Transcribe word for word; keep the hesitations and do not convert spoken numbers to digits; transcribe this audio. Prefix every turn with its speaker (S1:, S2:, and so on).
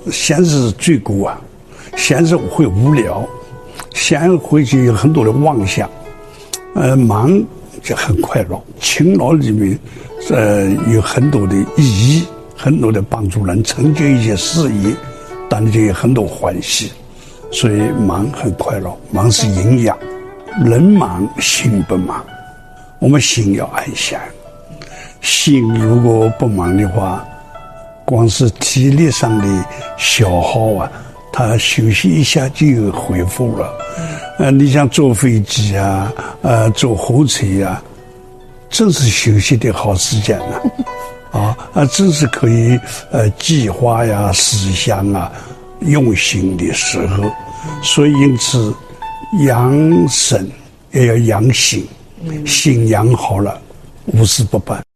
S1: 先是罪过啊，先是会无聊，先会去有很多的妄想，呃，忙就很快乐，勤劳里面，呃，有很多的意义，很多的帮助人成就一些事业，当然就有很多欢喜，所以忙很快乐，忙是营养，人忙心不忙，我们心要安详，心如果不忙的话，光是体力上的消耗啊，他休息一下就有恢复了。呃，你像坐飞机啊，呃，坐火车啊，正是休息的好时间呢、啊，啊啊，正是可以呃计划呀、思想啊、用心的时候。所以因此，养生也要养心，心养好了，无事不办。